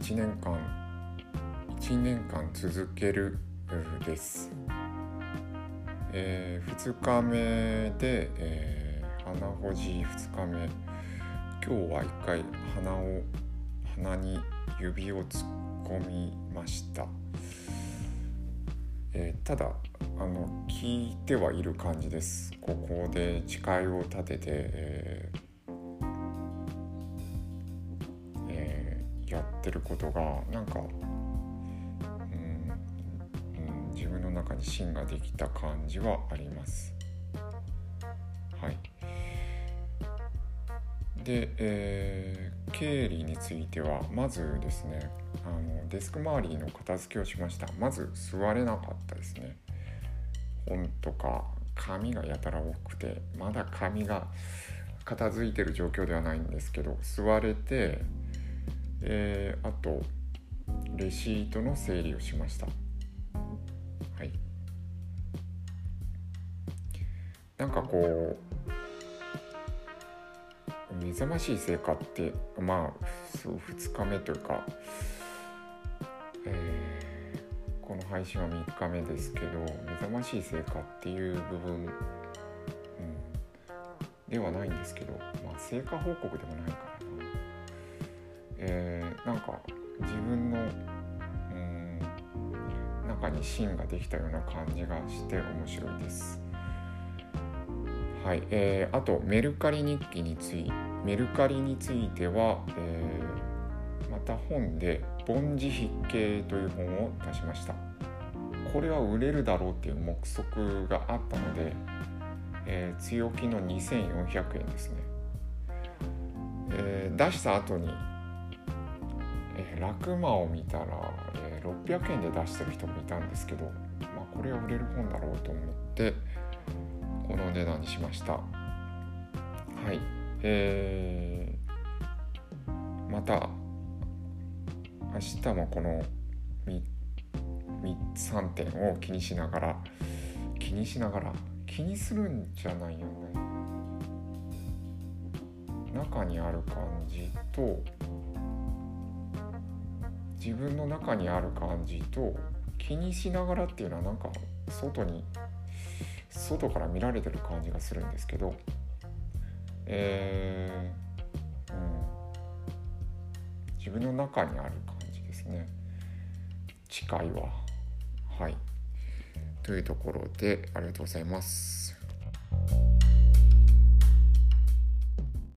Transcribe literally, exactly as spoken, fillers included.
ちねんかんいちねんかん続けるです。えー、ふつかめで、えー、鼻ほじふつかめ、今日はいっかい鼻を鼻に指を突っ込みました。えー、ただあの効いてはいる感じです。ここで誓いを立てて、えーえー、やってることがなんか、うんうん、自分の中に芯ができた感じはあります。はい。で、えー、経理についてはまずですね、あのデスク周りの片付けをしました。まず座れなかったですね。本とか紙がやたら多くて、まだ紙が片付いてる状況ではないんですけど、座れて、えー、あとレシートの整理をしました。はい。なんかこう目覚ましい成果ってまあふつかめというか、えー、この配信はみっかめですけど、目覚ましい成果っていう部分、うん、ではないんですけど、まあ成果報告でもないからな、えー、なんか自分の、うん、中に芯ができたような感じがして面白いです。はい。えー、あとメルカリ日記についてメルカリについては、えー、また本で凡字筆形という本を出しました。これは売れるだろうっていう目測があったので、えー、強気のにせんよんひゃくえんですね。えー、出した後に、えー、楽間を見たら、えー、ろっぴゃくえんで出してる人もいたんですけど、まあ、これは売れる本だろうと思ってこの値段にしました。はい。えー、また明日もこのさんてんを気にしながら気にしながら気にするんじゃないよね。中にある感じと自分の中にある感じと気にしながらっていうのはなんか外に外から見られてる感じがするんですけど、えーうん、自分の中にある感じですね。誓いは。はい。というところでありがとうございます。